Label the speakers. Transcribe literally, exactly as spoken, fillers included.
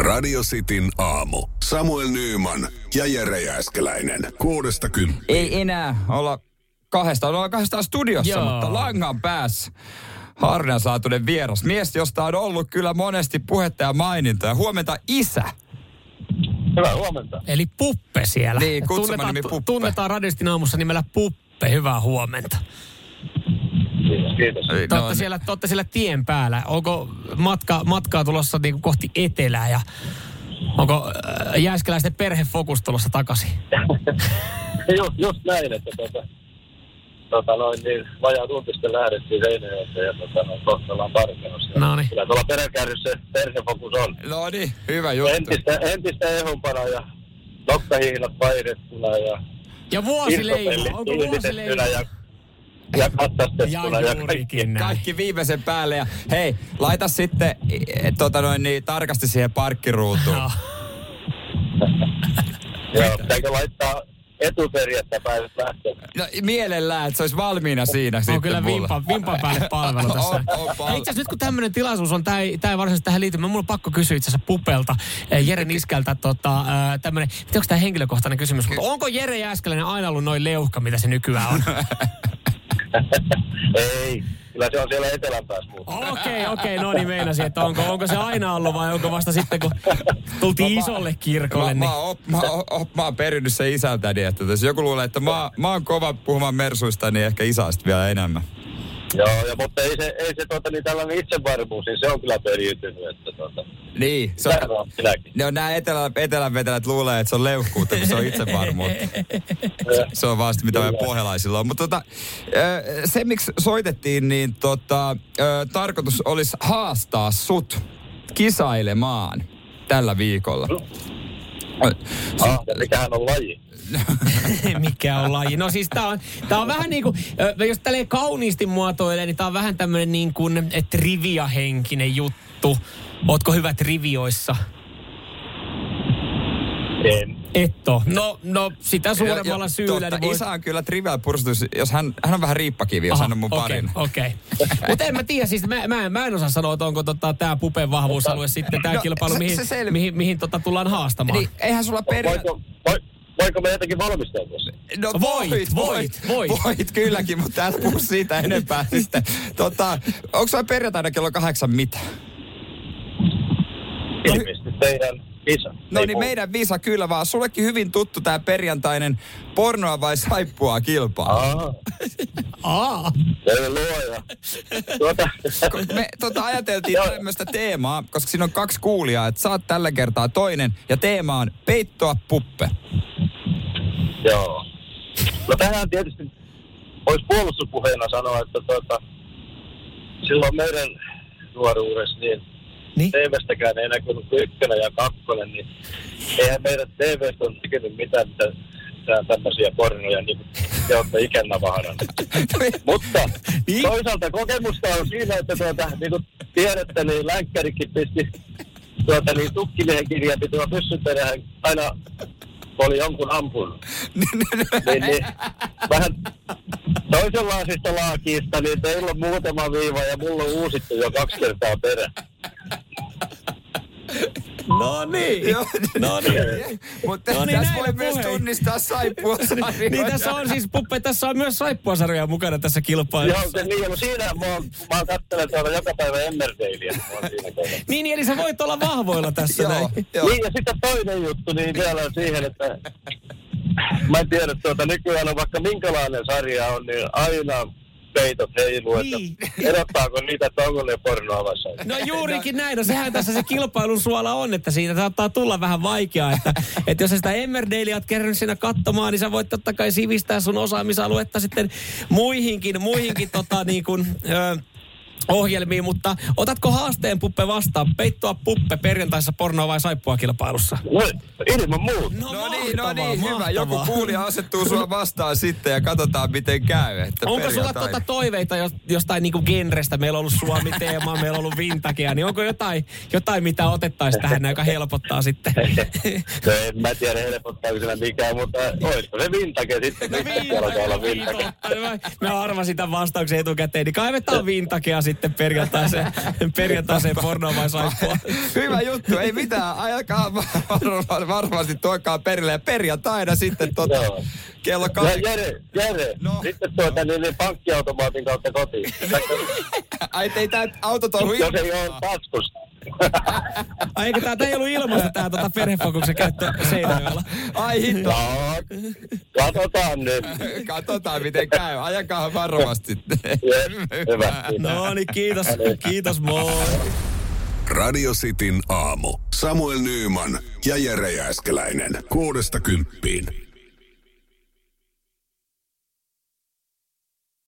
Speaker 1: Radio Cityn aamu. Samuel Nyyman ja Jere Jääskeläinen. Kuudesta kymppiin.
Speaker 2: Ei enää olla kahdesta, ollaan kahdestaan studiossa, Joo. mutta langan päässä harvinaisalaatuinen vieras. Mies, josta on ollut kyllä monesti puhetta ja mainintoja. Huomenta isä.
Speaker 3: Hyvää huomenta.
Speaker 4: Eli Puppe siellä.
Speaker 2: Niin, kutsuma nimi Puppe.
Speaker 4: Tunnetaan Radistin aamussa nimellä Puppe. Hyvää huomenta.
Speaker 3: Kiitos.
Speaker 4: Te olette siellä, te olette siellä tien päällä. Onko matka, matkaa tulossa niin kohti etelää ja onko äh, jääskeläisten perhefokus tulossa takaisin?
Speaker 3: just, just näin, että tota, tota noin, niin, vajaa tunti sitten lähdettiin Seinäjoelta ja tota, noin, kohta ollaan Parkanossa.
Speaker 4: No niin.
Speaker 3: Kyllä tuolla peräkärryssä se perhefokus on.
Speaker 2: No niin, hyvä juttu.
Speaker 3: Entistä, entistä ehumpana ja nokkahihnat painettuna ja...
Speaker 4: Ja vuosileima. Onko vuosileima?
Speaker 3: Ja, ja katsastettuna ja, ja kaikki.
Speaker 2: Kaikki viimeisen päälle. Ja hei, laita sitten e, tota noin, niin, tarkasti siihen parkkiruutuun.
Speaker 4: No.
Speaker 3: Joo, pitääkö laittaa etuperjettä päivät lähteä?
Speaker 2: No mielellään, että se olisi valmiina siinä.
Speaker 4: On kyllä vimpan, vimpan päälle palvelu tässä.
Speaker 2: on, on, on.
Speaker 4: Itse asiassa nyt kun tämmöinen tilaisuus on, tämä ei, ei varsinaisesti tähän liity. Mulla on pakko kysyä itse asiassa Pupelta, Jere Niskältä, tota, tämmöinen, onko tämä henkilökohtainen kysymys, mutta onko Jere Jääskeläinen aina ollut noin leuhka, mitä se nykyään on?
Speaker 3: Ei, kyllä se on siellä etelän päässä muuta.
Speaker 4: Okei, okei, okay, okay, no niin meinasin, että onko, onko se aina ollut vai onko vasta sitten, kun tultiin mä, isolle kirkolle.
Speaker 2: Mä,
Speaker 4: niin...
Speaker 2: mä, op, mä, op, mä oon perinyt sen isältäni, että jos joku luulee, että mä, mä oon kova puhumaan mersuista, niin ehkä isästä vielä enemmän.
Speaker 3: Joo, ja, mutta ei se, ei se tuota, niin tällainen itsevarmuus, niin se on kyllä periytynyt, että tuota...
Speaker 2: Niin, se on,
Speaker 3: on
Speaker 2: ne on nämä etelän, etelänvetelät luulee, että se on leuhkuutta, kun se on itsevarmuutta. se, se on vasta mitä me pohjalaisilla on. Mutta tota, se, miksi soitettiin, niin tota, tarkoitus olisi haastaa sut kisailemaan tällä viikolla.
Speaker 3: Ah, ja mikähän on laji?
Speaker 4: Mikä on laji? No siis tää on, tää on vähän niin kuin, jos tälleen kauniisti muotoilee, niin tää on vähän tämmönen niin kuin trivia-henkinen juttu. Ootko hyvä trivioissa?
Speaker 3: En.
Speaker 4: Et oo. No, no sitä suuremmalla ja, syyllä.
Speaker 2: Totta,
Speaker 4: niin voi...
Speaker 2: isä on kyllä trivial purstus, jos hän, hän on vähän riippakivi, jos Aha, hän on mun
Speaker 4: okay,
Speaker 2: parin.
Speaker 4: Okei, okay. Mutta en mä tiedä, siis mä, mä, mä en osaa sanoa, että onko tota, tää Pupen vahvuusalue sitten tää no, kilpailu, se, mihin, se mihin, mihin tota, tullaan haastamaan.
Speaker 2: Niin, eihän sulla periaatteessa...
Speaker 3: Voiko, voiko me jotenkin valmistautua siihen?
Speaker 2: No voit, voit, voit, voit. Voit kylläkin, mutta älä puhu siitä enempää. Sitten, tota, onko sulla perjantaina kello kahdeksan mitä?
Speaker 3: Ilmeisesti teidän visa.
Speaker 2: No niin, meidän visa kyllä vaan. Sullekin hyvin tuttu tää perjantainen pornoa vai saippua kilpailu.
Speaker 3: Aa.
Speaker 4: Aa.
Speaker 3: Ei luoja. Tuota.
Speaker 2: Me tota, ajateltiin tämmöistä teemaa, koska siinä on kaksi kuulijaa, että sä oot tällä kertaa toinen ja teema on peittoa Puppe.
Speaker 3: Joo. No tähän tietysti olisi puolustuspuheena sanoa, että tuota, silloin meidän nuoruudessa niin
Speaker 4: Niin?
Speaker 3: T V:stäkään ei näkynyt kuin ykkönen ja kakkonen, niin eihän meidän T V:stä ole näkynyt mitään, mitä tämmöisiä pornoja, niin te olette ikänä vahdannut. Mutta
Speaker 4: niin?
Speaker 3: Toisaalta kokemusta on siinä, että tuota, niin kuin tiedätte, niin länkkärikin pisti tuota, niin tukkimiehen kirjanpitoa pyssyn perään aina, kun oli jonkun ampunut. niin, niin, vähän toisenlaisista laakista, niin teillä on muutama viiva ja mulla on uusittu jo kaksi kertaa perään.
Speaker 4: No niin. No niin.
Speaker 2: Mutta
Speaker 4: no niin,
Speaker 2: tässä voi myös
Speaker 4: puheen.
Speaker 2: tunnistaa saippuasarjoja.
Speaker 4: Niin tässä on siis, Puppe, tässä on myös saippuasarjoja mukana tässä kilpailussa.
Speaker 3: Joo, se niin, no siinä mä oon, mä oon katselen tuolla joka päivä Emmerdaleä.
Speaker 4: Niin, niin, eli sä voit olla vahvoilla tässä
Speaker 2: joo,
Speaker 4: näin.
Speaker 2: joo.
Speaker 3: Niin, ja sitten toinen juttu, niin vielä on siihen, että mä en tiedä, tuota, nykyään on vaikka minkälainen sarja on, niin aina peitot heiluu, niin. Että erottaako niitä, että onko ne pornoa vai sai?
Speaker 4: No juurikin näin, no sehän tässä se kilpailun suola on, että siinä saattaa tulla vähän vaikeaa, että, että jos sä sitä Emmerdalea oot kerännyt siinä katsomaan, niin sä voit totta kai sivistää sun osaamisaluetta sitten muihinkin, muihinkin tota niin kuin... Öö, ohjelmiin, mutta otatko haasteen Puppe vastaan? Peittoa Puppe perjantaisessa pornoa vai saippua kilpailussa?
Speaker 3: No, ilman muuta.
Speaker 2: No, no niin, no
Speaker 4: mahtavaa,
Speaker 2: niin, hyvä.
Speaker 4: mahtavaa.
Speaker 2: Joku kuulija asettuu sua vastaan sitten ja katsotaan miten käy. Että
Speaker 4: onko sulla tuota toiveita jostain niinku genrestä? Meillä on ollut Suomi-teema, meillä on ollut Vintagea, niin onko jotain, jotain mitä otettaisiin tähän, joka helpottaa sitten?
Speaker 3: No en mä tiedä helpottaako sillä mikään, mutta olisiko se Vintage sitten?
Speaker 4: No Vintage, me arvasin tämän vastauksen etukäteen, niin kaivetaan Vintagea sitten. sitten perjantaiseen, perjantaiseen pornoon vai saippua.
Speaker 2: Hyvä juttu, ei mitään. Ajakaa varmasti, varmasti tuokaa perille. Ja perjantaina sitten tota, kello kahdeksan.
Speaker 3: Ja Jere, Jere, no. Sitten tuota niin, niin pankkiautomaatin kautta kotiin.
Speaker 2: Ai, ei tää autot ollut
Speaker 3: ilmasta. Jos ei ole taskusta.
Speaker 4: Ai eikö tää, tää ei ollut ilmasta tää tota perhefokuksen käyttö Seinäjoella?
Speaker 2: Ai hitto.
Speaker 3: No, katsotaan nyt.
Speaker 2: Katsotaan miten käy. Ajakaa varmasti.
Speaker 3: Hyvä.
Speaker 4: No niin, kiitos. Kiitos, moi.
Speaker 1: Radio Cityn aamu. Samuel Nyyman ja Jere Jääskeläinen. Kuudesta kymppiin.